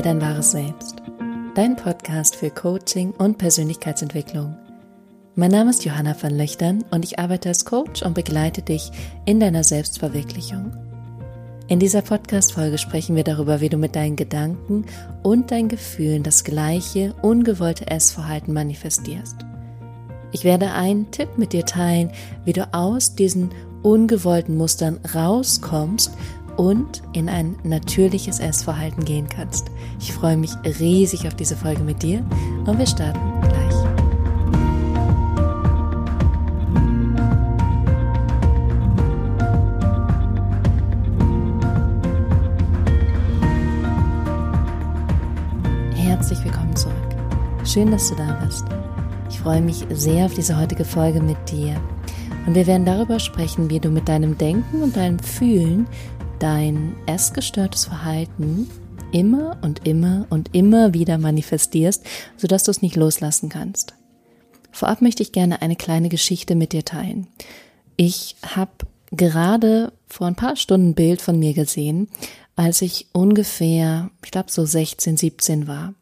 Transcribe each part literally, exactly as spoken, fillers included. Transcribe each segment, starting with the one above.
Lebe dein wahres Selbst, dein Podcast für Coaching und Persönlichkeitsentwicklung. Mein Name ist Johanna van Löchtern und ich arbeite als Coach und begleite dich in deiner Selbstverwirklichung. In dieser Podcast-Folge sprechen wir darüber, wie du mit deinen Gedanken und deinen Gefühlen das gleiche, ungewollte Essverhalten manifestierst. Ich werde einen Tipp mit dir teilen, wie du aus diesen ungewollten Mustern rauskommst und in ein natürliches Essverhalten gehen kannst. Ich freue mich riesig auf diese Folge mit dir und wir starten gleich. Herzlich willkommen zurück. Schön, dass du da bist. Ich freue mich sehr auf diese heutige Folge mit dir. Und wir werden darüber sprechen, wie du mit deinem Denken und deinem Fühlen dein essgestörtes Verhalten immer und immer und immer wieder manifestierst, sodass du es nicht loslassen kannst. Vorab möchte ich gerne eine kleine Geschichte mit dir teilen. Ich habe gerade vor ein paar Stunden ein Bild von mir gesehen, als ich ungefähr, ich glaube so sechzehn, siebzehn war.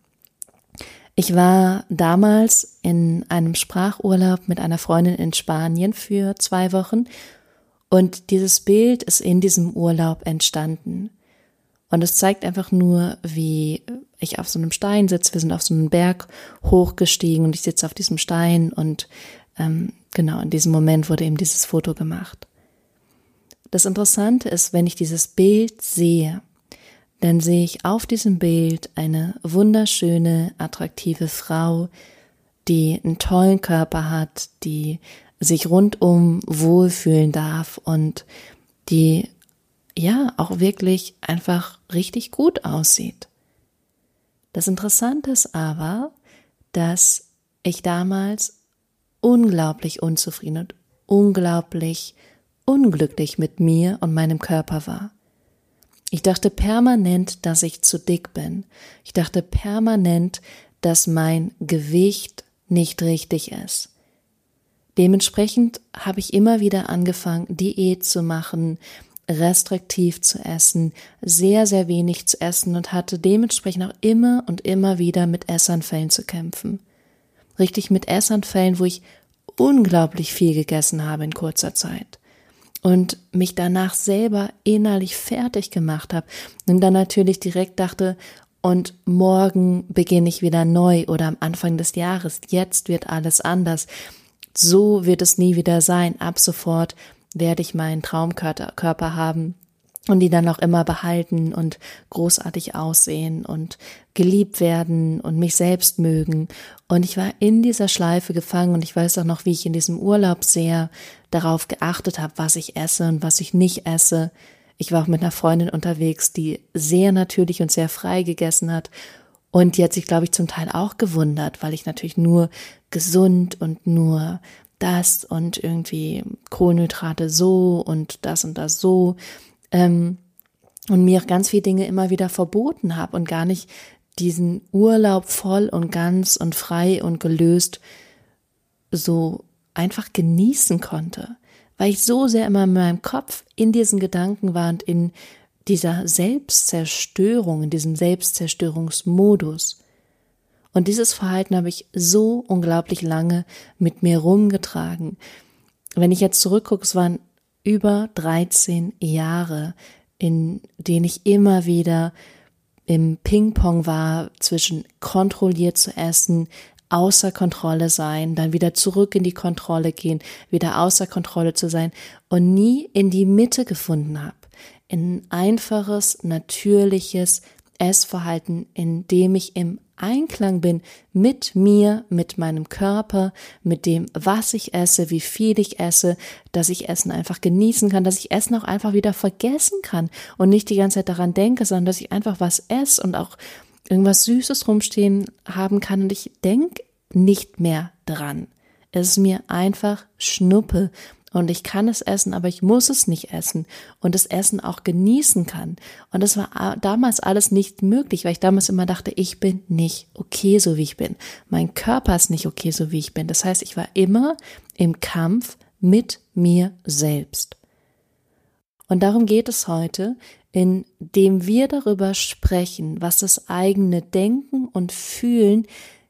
Ich war damals in einem Sprachurlaub mit einer Freundin in Spanien für zwei Wochen und dieses Bild ist in diesem Urlaub entstanden. Und es zeigt einfach nur, wie ich auf so einem Stein sitze. Wir sind auf so einen Berg hochgestiegen und ich sitze auf diesem Stein und ähm, genau in diesem Moment wurde eben dieses Foto gemacht. Das Interessante ist, wenn ich dieses Bild sehe, dann sehe ich auf diesem Bild eine wunderschöne, attraktive Frau, die einen tollen Körper hat, die sich rundum wohlfühlen darf und die ja auch wirklich einfach richtig gut aussieht. Das Interessante ist aber, dass ich damals unglaublich unzufrieden und unglaublich unglücklich mit mir und meinem Körper war. Ich dachte permanent, dass ich zu dick bin. Ich dachte permanent, dass mein Gewicht nicht richtig ist. Dementsprechend habe ich immer wieder angefangen, Diät zu machen, restriktiv zu essen, sehr, sehr wenig zu essen und hatte dementsprechend auch immer und immer wieder mit Essanfällen zu kämpfen. Richtig mit Essanfällen, wo ich unglaublich viel gegessen habe in kurzer Zeit. Und mich danach selber innerlich fertig gemacht habe und dann natürlich direkt dachte, und morgen beginne ich wieder neu oder am Anfang des Jahres, jetzt wird alles anders. So wird es nie wieder sein. Ab sofort werde ich meinen Traumkörper haben und die dann auch immer behalten und großartig aussehen und geliebt werden und mich selbst mögen. Und ich war in dieser Schleife gefangen und ich weiß auch noch, wie ich in diesem Urlaub sehr darauf geachtet habe, was ich esse und was ich nicht esse. Ich war auch mit einer Freundin unterwegs, die sehr natürlich und sehr frei gegessen hat. Und die hat sich, glaube ich, zum Teil auch gewundert, weil ich natürlich nur gesund und nur das und irgendwie Kohlenhydrate so und das und das so ähm, und mir ganz viele Dinge immer wieder verboten habe und gar nicht diesen Urlaub voll und ganz und frei und gelöst so einfach genießen konnte, weil ich so sehr immer in meinem Kopf in diesen Gedanken war und in dieser Selbstzerstörung, in diesem Selbstzerstörungsmodus. Und dieses Verhalten habe ich so unglaublich lange mit mir rumgetragen. Wenn ich jetzt zurückgucke, es waren über dreizehn Jahre, in denen ich immer wieder im Ping-Pong war, zwischen kontrolliert zu essen, außer Kontrolle sein, dann wieder zurück in die Kontrolle gehen, wieder außer Kontrolle zu sein und nie in die Mitte gefunden habe. In ein einfaches, natürliches Essverhalten, in dem ich im Einklang bin mit mir, mit meinem Körper, mit dem, was ich esse, wie viel ich esse, dass ich Essen einfach genießen kann, dass ich Essen auch einfach wieder vergessen kann und nicht die ganze Zeit daran denke, sondern dass ich einfach was esse und auch irgendwas Süßes rumstehen haben kann und ich denke nicht mehr dran. Es ist mir einfach Schnuppe. Und ich kann es essen, aber ich muss es nicht essen und das Essen auch genießen kann. Und das war damals alles nicht möglich, weil ich damals immer dachte, ich bin nicht okay, so wie ich bin. Mein Körper ist nicht okay, so wie ich bin. Das heißt, ich war immer im Kampf mit mir selbst. Und darum geht es heute, indem wir darüber sprechen, was das eigene Denken und Fühlen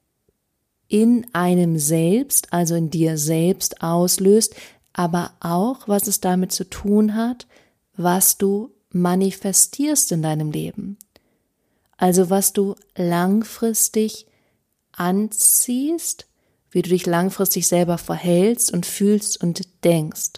in einem selbst, also in dir selbst auslöst, aber auch, was es damit zu tun hat, was du manifestierst in deinem Leben. Also was du langfristig anziehst, wie du dich langfristig selber verhältst und fühlst und denkst.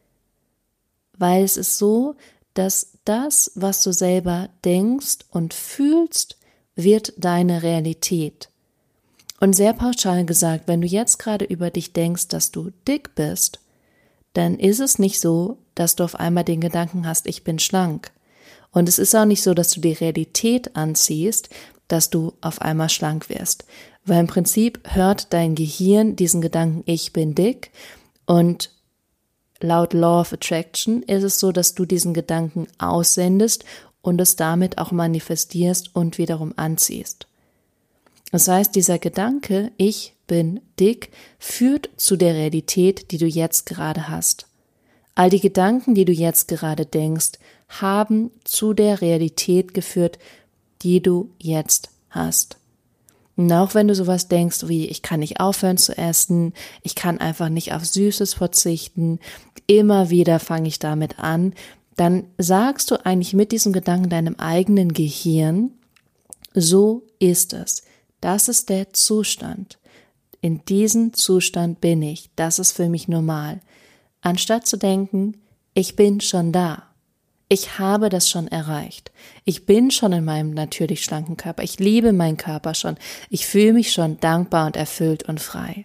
Weil es ist so, dass das, was du selber denkst und fühlst, wird deine Realität. Und sehr pauschal gesagt, wenn du jetzt gerade über dich denkst, dass du dick bist, dann ist es nicht so, dass du auf einmal den Gedanken hast, ich bin schlank. Und es ist auch nicht so, dass du die Realität anziehst, dass du auf einmal schlank wirst. Weil im Prinzip hört dein Gehirn diesen Gedanken, ich bin dick, und laut Law of Attraction ist es so, dass du diesen Gedanken aussendest und es damit auch manifestierst und wiederum anziehst. Das heißt, dieser Gedanke, ich bin dick, führt zu der Realität, die du jetzt gerade hast. All die Gedanken, die du jetzt gerade denkst, haben zu der Realität geführt, die du jetzt hast. Und auch wenn du sowas denkst wie, ich kann nicht aufhören zu essen, ich kann einfach nicht auf Süßes verzichten, immer wieder fange ich damit an, dann sagst du eigentlich mit diesem Gedanken deinem eigenen Gehirn, so ist es, das ist der Zustand, in diesem Zustand bin ich, das ist für mich normal, anstatt zu denken, ich bin schon da. Ich habe das schon erreicht. Ich bin schon in meinem natürlich schlanken Körper. Ich liebe meinen Körper schon. Ich fühle mich schon dankbar und erfüllt und frei.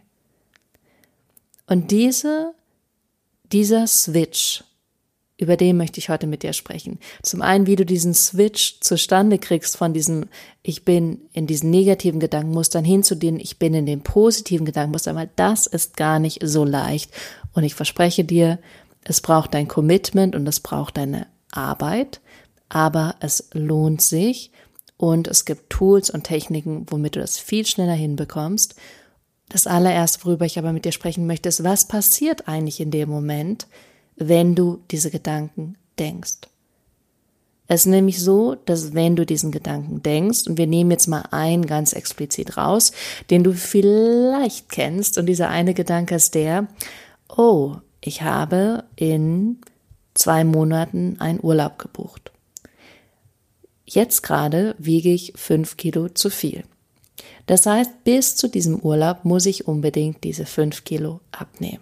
Und diese, dieser Switch, über den möchte ich heute mit dir sprechen. Zum einen, wie du diesen Switch zustande kriegst von diesem, ich bin in diesen negativen Gedankenmustern hin zu denen, ich bin in den positiven Gedankenmustern, weil das ist gar nicht so leicht. Und ich verspreche dir, es braucht dein Commitment und es braucht deine Arbeit, aber es lohnt sich und es gibt Tools und Techniken, womit du das viel schneller hinbekommst. Das allererste, worüber ich aber mit dir sprechen möchte, ist, was passiert eigentlich in dem Moment, wenn du diese Gedanken denkst. Es ist nämlich so, dass wenn du diesen Gedanken denkst, und wir nehmen jetzt mal einen ganz explizit raus, den du vielleicht kennst, und dieser eine Gedanke ist der, oh, ich habe in zwei Monaten einen Urlaub gebucht. Jetzt gerade wiege ich fünf Kilo zu viel. Das heißt, bis zu diesem Urlaub muss ich unbedingt diese fünf Kilo abnehmen.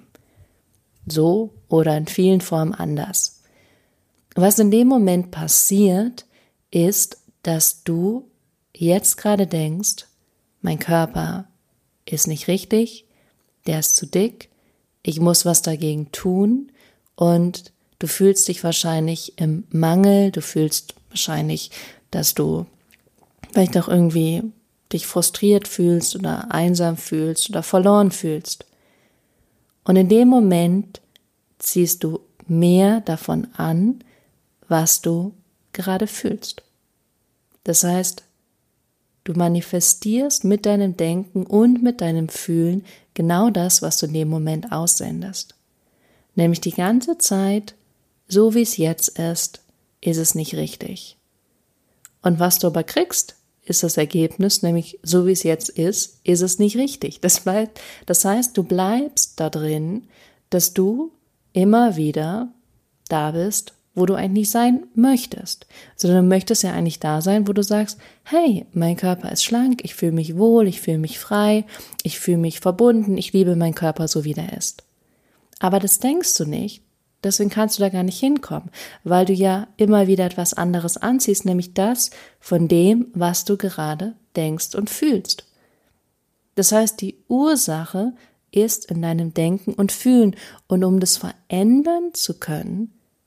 So oder in vielen Formen anders. Was in dem Moment passiert, ist, dass du jetzt gerade denkst, mein Körper ist nicht richtig, der ist zu dick, ich muss was dagegen tun und du fühlst dich wahrscheinlich im Mangel, du fühlst wahrscheinlich, dass du vielleicht auch irgendwie dich frustriert fühlst oder einsam fühlst oder verloren fühlst. Und in dem Moment ziehst du mehr davon an, was du gerade fühlst. Das heißt, du manifestierst mit deinem Denken und mit deinem Fühlen genau das, was du in dem Moment aussendest. Nämlich die ganze Zeit, so wie es jetzt ist, ist es nicht richtig. Und was du aber kriegst, ist das Ergebnis, nämlich so wie es jetzt ist, ist es nicht richtig. Das bleibt, das heißt, du bleibst da drin, dass du immer wieder da bist, wo du eigentlich sein möchtest. Sondern du möchtest ja eigentlich da sein, wo du sagst, hey, mein Körper ist schlank, ich fühle mich wohl, ich fühle mich frei, ich fühle mich verbunden, ich liebe meinen Körper so, wie der ist. Aber das denkst du nicht. Deswegen kannst du da gar nicht hinkommen, weil du ja immer wieder etwas anderes anziehst, nämlich das von dem, was du gerade denkst und fühlst. Das heißt, die Ursache ist in deinem Denken und Fühlen. Und um das verändern zu können,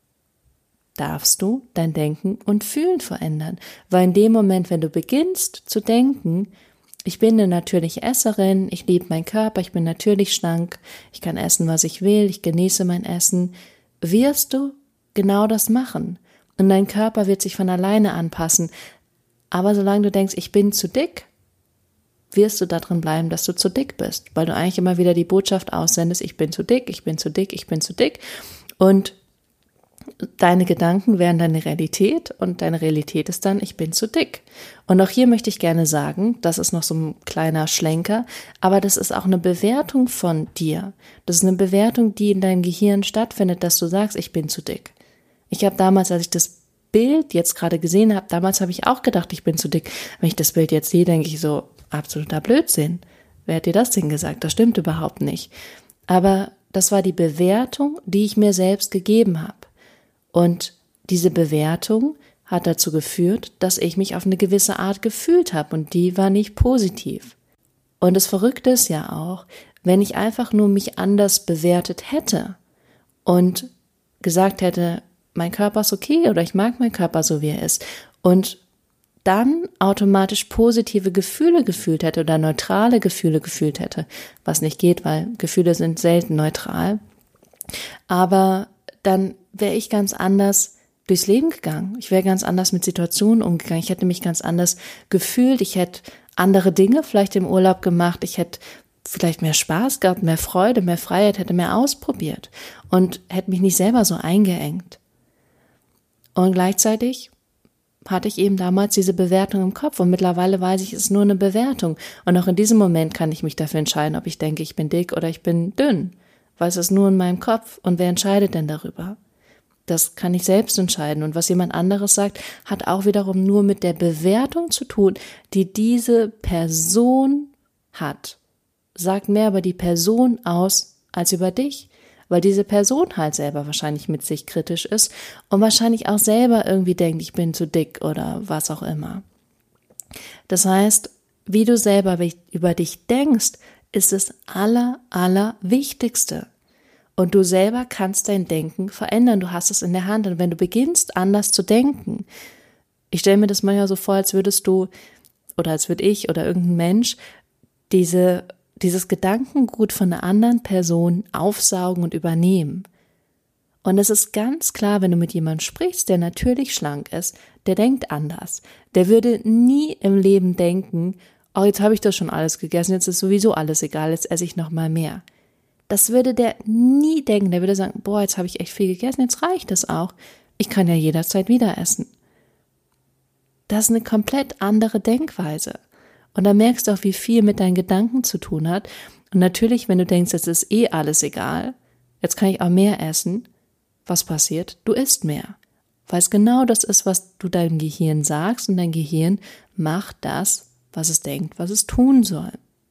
darfst du dein Denken und Fühlen verändern. Weil in dem Moment, wenn du beginnst zu denken, ich bin eine natürliche Esserin, ich liebe meinen Körper, ich bin natürlich schlank, ich kann essen, was ich will, ich genieße mein Essen, wirst du genau das machen. Und dein Körper wird sich von alleine anpassen. Aber solange du denkst, ich bin zu dick, wirst du darin bleiben, dass du zu dick bist. Weil du eigentlich immer wieder die Botschaft aussendest, ich bin zu dick, ich bin zu dick, ich bin zu dick. Und deine Gedanken wären deine Realität und deine Realität ist dann, ich bin zu dick. Und auch hier möchte ich gerne sagen, das ist noch so ein kleiner Schlenker, aber das ist auch eine Bewertung von dir. Das ist eine Bewertung, die in deinem Gehirn stattfindet, dass du sagst, ich bin zu dick. Ich habe damals, als ich das Bild jetzt gerade gesehen habe, damals habe ich auch gedacht, ich bin zu dick. Wenn ich das Bild jetzt sehe, denke ich so, absoluter Blödsinn. Wer hat dir das denn gesagt? Das stimmt überhaupt nicht. Aber das war die Bewertung, die ich mir selbst gegeben habe. Und diese Bewertung hat dazu geführt, dass ich mich auf eine gewisse Art gefühlt habe und die war nicht positiv. Und das Verrückte ist ja auch, wenn ich einfach nur mich anders bewertet hätte und gesagt hätte, mein Körper ist okay oder ich mag meinen Körper so, wie er ist und dann automatisch positive Gefühle gefühlt hätte oder neutrale Gefühle gefühlt hätte, was nicht geht, weil Gefühle sind selten neutral, aber dann wäre ich ganz anders durchs Leben gegangen. Ich wäre ganz anders mit Situationen umgegangen. Ich hätte mich ganz anders gefühlt. Ich hätte andere Dinge vielleicht im Urlaub gemacht. Ich hätte vielleicht mehr Spaß gehabt, mehr Freude, mehr Freiheit, hätte mehr ausprobiert und hätte mich nicht selber so eingeengt. Und gleichzeitig hatte ich eben damals diese Bewertung im Kopf und mittlerweile weiß ich, es ist nur eine Bewertung. Und auch in diesem Moment kann ich mich dafür entscheiden, ob ich denke, ich bin dick oder ich bin dünn. Weil es ist nur in meinem Kopf. Und wer entscheidet denn darüber? Das kann ich selbst entscheiden. Und was jemand anderes sagt, hat auch wiederum nur mit der Bewertung zu tun, die diese Person hat. Sagt mehr über die Person aus als über dich. Weil diese Person halt selber wahrscheinlich mit sich kritisch ist und wahrscheinlich auch selber irgendwie denkt, ich bin zu dick oder was auch immer. Das heißt, wie du selber über dich denkst, ist das aller, aller Wichtigste. Und du selber kannst dein Denken verändern. Du hast es in der Hand. Und wenn du beginnst, anders zu denken, ich stelle mir das manchmal so vor, als würdest du oder als würde ich oder irgendein Mensch diese dieses Gedankengut von einer anderen Person aufsaugen und übernehmen. Und es ist ganz klar, wenn du mit jemandem sprichst, der natürlich schlank ist, der denkt anders. Der würde nie im Leben denken, oh, jetzt habe ich das schon alles gegessen, jetzt ist sowieso alles egal, jetzt esse ich noch mal mehr. Das würde der nie denken. Der würde sagen, boah, jetzt habe ich echt viel gegessen, jetzt reicht es auch. Ich kann ja jederzeit wieder essen. Das ist eine komplett andere Denkweise. Und da merkst du auch, wie viel mit deinen Gedanken zu tun hat. Und natürlich, wenn du denkst, jetzt ist eh alles egal, jetzt kann ich auch mehr essen, was passiert? Du isst mehr. Weil es genau das ist, was du deinem Gehirn sagst und dein Gehirn macht das, was es denkt, was es tun soll.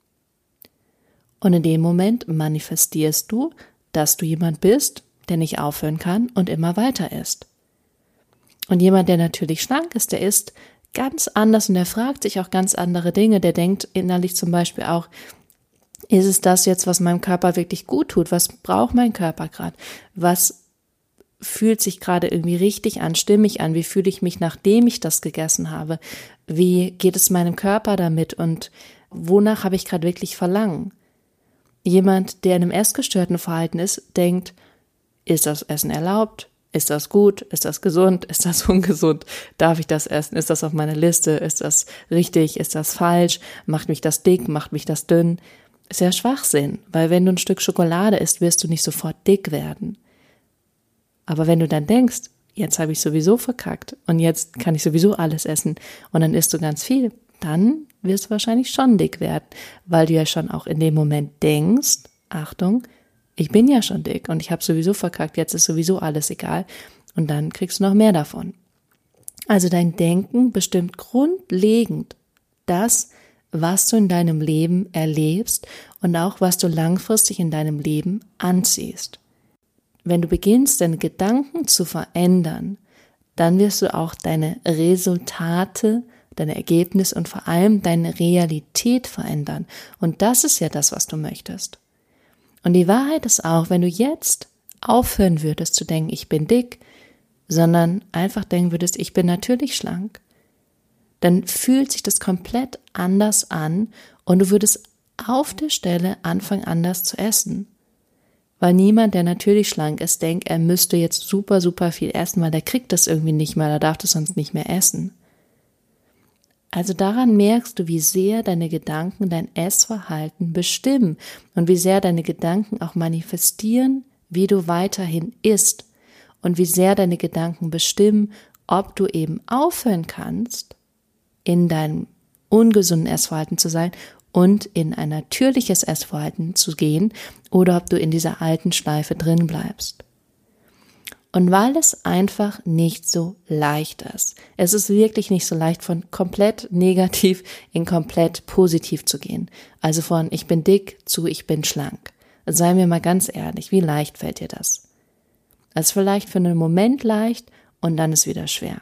Und in dem Moment manifestierst du, dass du jemand bist, der nicht aufhören kann und immer weiter isst. Und jemand, der natürlich schlank ist, der isst ganz anders und der fragt sich auch ganz andere Dinge. Der denkt innerlich zum Beispiel auch, ist es das jetzt, was meinem Körper wirklich gut tut? Was braucht mein Körper gerade? Was fühlt sich gerade irgendwie richtig an, stimmig an? Wie fühle ich mich, nachdem ich das gegessen habe? Wie geht es meinem Körper damit und wonach habe ich gerade wirklich Verlangen? Jemand, der in einem essgestörten Verhalten ist, denkt, ist das Essen erlaubt? Ist das gut? Ist das gesund? Ist das ungesund? Darf ich das essen? Ist das auf meiner Liste? Ist das richtig? Ist das falsch? Macht mich das dick? Macht mich das dünn? Ist ja Schwachsinn, weil wenn du ein Stück Schokolade isst, wirst du nicht sofort dick werden. Aber wenn du dann denkst, jetzt habe ich sowieso verkackt und jetzt kann ich sowieso alles essen und dann isst du ganz viel, dann wirst du wahrscheinlich schon dick werden, weil du ja schon auch in dem Moment denkst, Achtung, ich bin ja schon dick und ich habe sowieso verkackt, jetzt ist sowieso alles egal und dann kriegst du noch mehr davon. Also dein Denken bestimmt grundlegend das, was du in deinem Leben erlebst und auch was du langfristig in deinem Leben anziehst. Wenn du beginnst, deine Gedanken zu verändern, dann wirst du auch deine Resultate, deine Ergebnisse und vor allem deine Realität verändern. Und das ist ja das, was du möchtest. Und die Wahrheit ist auch, wenn du jetzt aufhören würdest zu denken, ich bin dick, sondern einfach denken würdest, ich bin natürlich schlank, dann fühlt sich das komplett anders an und du würdest auf der Stelle anfangen, anders zu essen. Weil niemand, der natürlich schlank ist, denkt, er müsste jetzt super, super viel essen, weil der kriegt das irgendwie nicht mehr, der darf das sonst nicht mehr essen. Also daran merkst du, wie sehr deine Gedanken dein Essverhalten bestimmen und wie sehr deine Gedanken auch manifestieren, wie du weiterhin isst. und wie sehr deine Gedanken bestimmen, ob du eben aufhören kannst, in deinem ungesunden Essverhalten zu sein und in ein natürliches Essverhalten zu gehen oder ob du in dieser alten Schleife drin bleibst. Und weil es einfach nicht so leicht ist, es ist wirklich nicht so leicht, von komplett negativ in komplett positiv zu gehen. Also von ich bin dick zu ich bin schlank. Seien wir mal ganz ehrlich, wie leicht fällt dir das? Es ist vielleicht für einen Moment leicht und dann ist wieder schwer.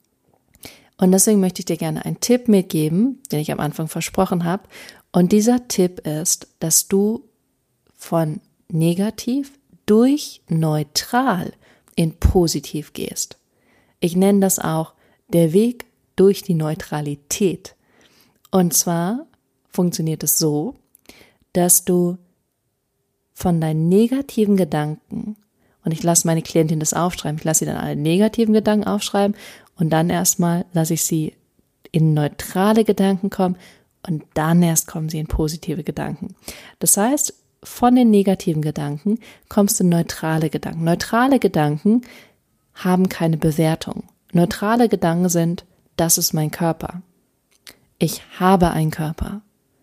Und deswegen möchte ich dir gerne einen Tipp mitgeben, den ich am Anfang versprochen habe. Und dieser Tipp ist, dass du von negativ durch neutral in positiv gehst. Ich nenne das auch der Weg durch die Neutralität. Und zwar funktioniert es so, dass du von deinen negativen Gedanken, und ich lasse meine Klientin das aufschreiben, ich lasse sie dann alle negativen Gedanken aufschreiben und dann erstmal lasse ich sie in neutrale Gedanken kommen und dann erst kommen sie in positive Gedanken. Das heißt, von den negativen Gedanken kommst du in neutrale Gedanken. Neutrale Gedanken haben keine Bewertung. Neutrale Gedanken sind, das ist mein Körper. Ich habe einen Körper.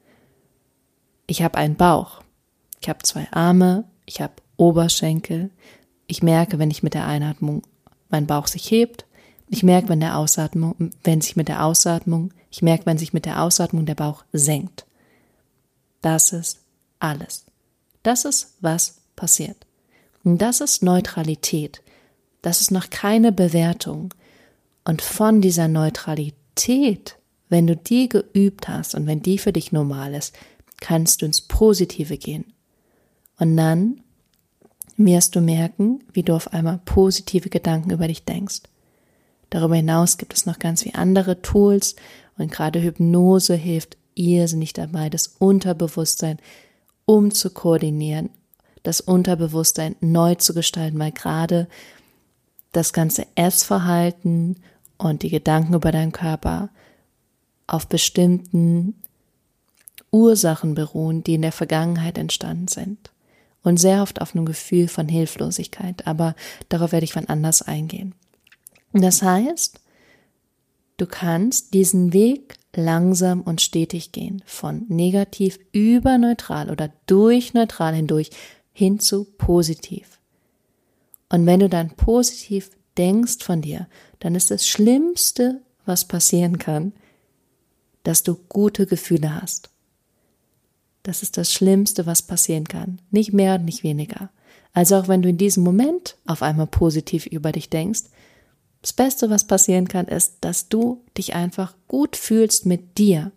Ich habe einen Bauch. Ich habe zwei Arme. Ich habe Oberschenkel. Ich merke, wenn ich mit der Einatmung mein Bauch sich hebt. Ich merke, wenn der Ausatmung, wenn sich mit der Ausatmung, ich merke, wenn sich mit der Ausatmung der Bauch senkt. Das ist alles. Das ist, was passiert. Und das ist Neutralität. Das ist noch keine Bewertung. Und von dieser Neutralität, wenn du die geübt hast und wenn die für dich normal ist, kannst du ins Positive gehen. Und dann wirst du merken, wie du auf einmal positive Gedanken über dich denkst. Darüber hinaus gibt es noch ganz viele andere Tools und gerade Hypnose hilft irrsinnig dabei, das Unterbewusstsein um zu koordinieren, das Unterbewusstsein neu zu gestalten, weil gerade das ganze Essverhalten und die Gedanken über deinen Körper auf bestimmten Ursachen beruhen, die in der Vergangenheit entstanden sind und sehr oft auf einem Gefühl von Hilflosigkeit, aber darauf werde ich wann anders eingehen. Das heißt, du kannst diesen Weg langsam und stetig gehen, von negativ über neutral oder durch neutral hindurch hin zu positiv. Und wenn du dann positiv denkst von dir, dann ist das Schlimmste, was passieren kann, dass du gute Gefühle hast. Das ist das Schlimmste, was passieren kann. Nicht mehr und nicht weniger. Also auch wenn du in diesem Moment auf einmal positiv über dich denkst, das Beste, was passieren kann, ist, dass du dich einfach gut fühlst mit dir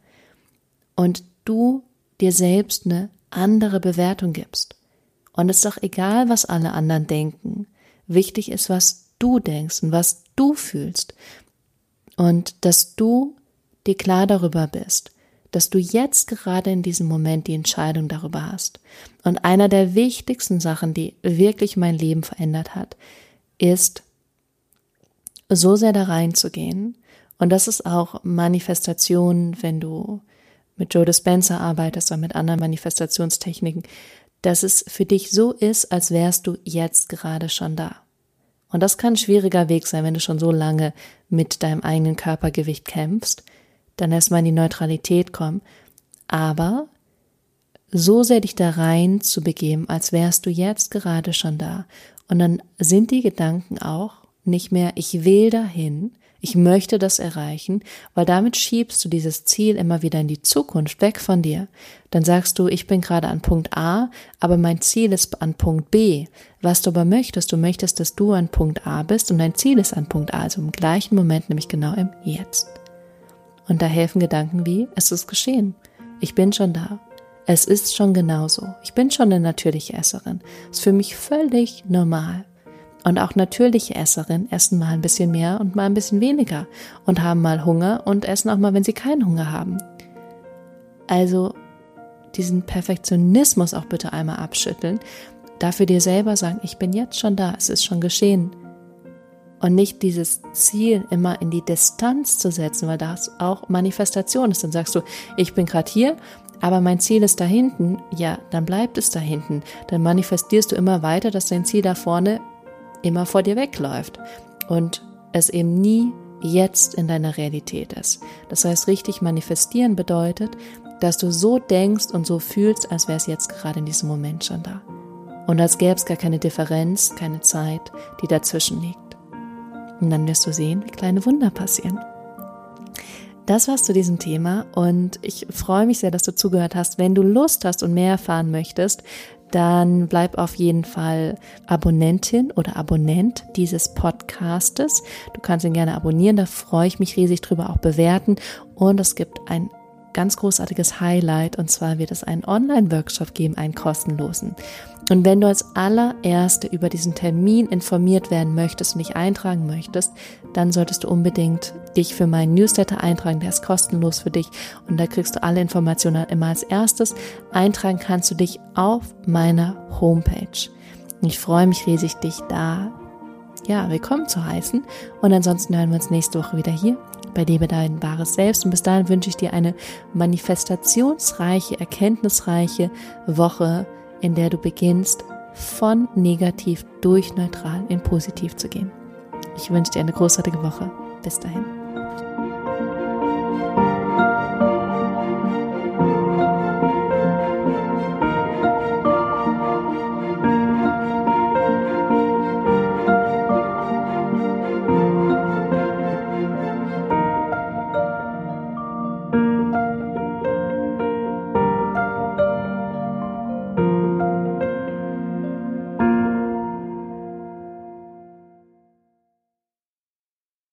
und du dir selbst eine andere Bewertung gibst. Und es ist doch egal, was alle anderen denken. Wichtig ist, was du denkst und was du fühlst. Und dass du dir klar darüber bist, dass du jetzt gerade in diesem Moment die Entscheidung darüber hast. Und einer der wichtigsten Sachen, die wirklich mein Leben verändert hat, ist, so sehr da reinzugehen. Und das ist auch Manifestation, wenn du mit Joe Dispenza arbeitest oder mit anderen Manifestationstechniken, dass es für dich so ist, als wärst du jetzt gerade schon da. Und das kann ein schwieriger Weg sein, wenn du schon so lange mit deinem eigenen Körpergewicht kämpfst, dann erstmal in die Neutralität kommen. Aber so sehr dich da rein zu begeben, als wärst du jetzt gerade schon da. Und dann sind die Gedanken auch nicht mehr, ich will dahin, ich möchte das erreichen, weil damit schiebst du dieses Ziel immer wieder in die Zukunft, weg von dir. Dann sagst du, ich bin gerade an Punkt A, aber mein Ziel ist an Punkt B. Was du aber möchtest, du möchtest, dass du an Punkt A bist und dein Ziel ist an Punkt A, also im gleichen Moment, nämlich genau im Jetzt. Und da helfen Gedanken wie, es ist geschehen, ich bin schon da, es ist schon genauso, ich bin schon eine natürliche Esserin, ist für mich völlig normal. Und auch natürliche Esserinnen essen mal ein bisschen mehr und mal ein bisschen weniger und haben mal Hunger und essen auch mal, wenn sie keinen Hunger haben. Also diesen Perfektionismus auch bitte einmal abschütteln, dafür dir selber sagen, ich bin jetzt schon da, es ist schon geschehen. Und nicht dieses Ziel immer in die Distanz zu setzen, weil das auch Manifestation ist. Dann sagst du, ich bin gerade hier, aber mein Ziel ist da hinten. Ja, dann bleibt es da hinten. Dann manifestierst du immer weiter, dass dein Ziel da vorne immer vor dir wegläuft und es eben nie jetzt in deiner Realität ist. Das heißt, richtig manifestieren bedeutet, dass du so denkst und so fühlst, als wäre es jetzt gerade in diesem Moment schon da. Und als gäbe es gar keine Differenz, keine Zeit, die dazwischen liegt. Und dann wirst du sehen, wie kleine Wunder passieren. Das war's zu diesem Thema und ich freue mich sehr, dass du zugehört hast. Wenn du Lust hast und mehr erfahren möchtest, dann bleib auf jeden Fall Abonnentin oder Abonnent dieses Podcastes. Du kannst ihn gerne abonnieren, da freue ich mich riesig drüber, auch bewerten. Und es gibt ein ganz großartiges Highlight, und zwar wird es einen Online-Workshop geben, einen kostenlosen. Und wenn du als allererste über diesen Termin informiert werden möchtest und dich eintragen möchtest, dann solltest du unbedingt dich für meinen Newsletter eintragen, der ist kostenlos für dich und da kriegst du alle Informationen immer als erstes. Eintragen kannst du dich auf meiner Homepage. Ich freue mich riesig, dich da ja, willkommen zu heißen und ansonsten hören wir uns nächste Woche wieder hier bei Lebe dein wahres Selbst und bis dahin wünsche ich dir eine manifestationsreiche, erkenntnisreiche Woche, in der du beginnst, von negativ durch neutral in positiv zu gehen. Ich wünsche dir eine großartige Woche. Bis dahin.